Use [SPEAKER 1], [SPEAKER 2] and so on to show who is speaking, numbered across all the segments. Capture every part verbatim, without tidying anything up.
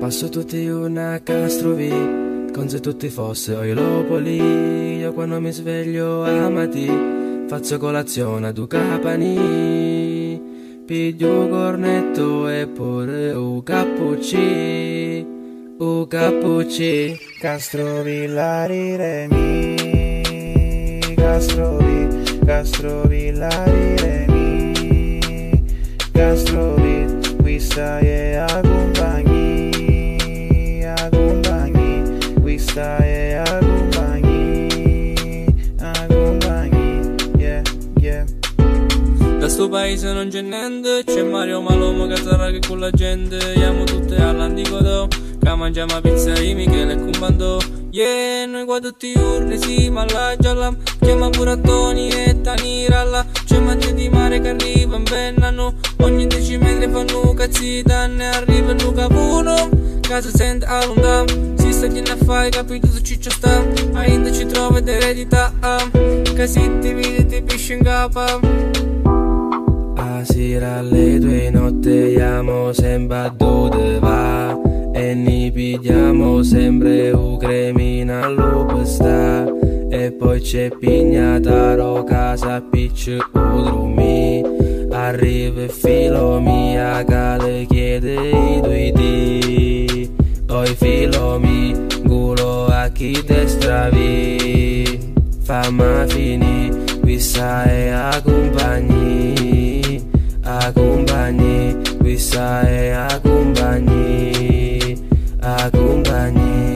[SPEAKER 1] Passo tutti una castrovi, con se tutti fossero i lopoli. Io quando mi sveglio a mati, faccio colazione a due capani. Piglio un cornetto e pure un cappuccino, un cappuccino.
[SPEAKER 2] Castrovillari Remi, Castrovi, Castrovillari Remi, Castrovi, qui stai e accompagni, accompagni, qui stai e accompagni, accompagni, yeah, yeah.
[SPEAKER 3] Da sto paese non c'è niente, c'è Mario Malomo che sarà che con la gente, andiamo tutte all'antico che mangiamo pizza di Michele e Cumbandò. Yeah, noi qua tutti i giorni si mallaggia là, chiama pure a Toni e Taniralla. C'è Matteo di mare che arriva in Bennano, ogni dieci metri fanno cazzita, ne arriva il Capuno, casa sente a Londra, si sta chiedendo a fare, capito su ciccio sta, a India ci trova ed eredità, che si ti vede ti pisci in capa.
[SPEAKER 1] A sera alle due notte siamo sempre a dove va, e ne pigliamo sempre un cremina all'opesta. E poi c'è pignata ro casa picci udrumi, arriva il filo mia che le chiede i due di. Poi filo mi gulo a chi destravi, fammi finì, qui sai accompagni, accompagni, qui sai accompagni, accompagni.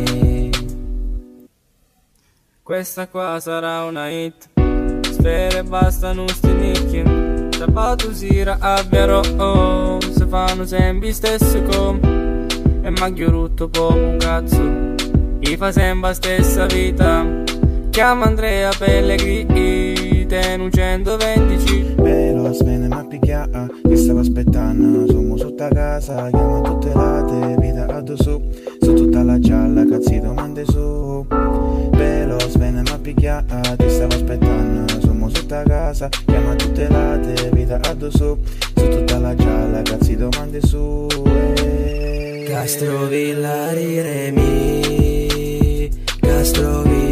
[SPEAKER 3] Questa qua sarà una hit, sfere bastano sti nicchi, sabato sera abbiamo, oh, se fanno sempre stesso com, e manchio rutto poco un cazzo, gli fa sempre la stessa vita, chiama Andrea Pellegrini, tenu centoventicinque.
[SPEAKER 2] Però svene ma picchiata, che stavo aspettando, sono sotto a casa, chiama tutte late, vita addosso, su tutta la gialla, cazzi domande su. Però svene ma picchiata, ti stavo aspettando, sono sotto a casa, chiama tutte late, vita addosso, su tutta la gialla, cazzi domande su.
[SPEAKER 1] Castrovillari Remi, Castrovillari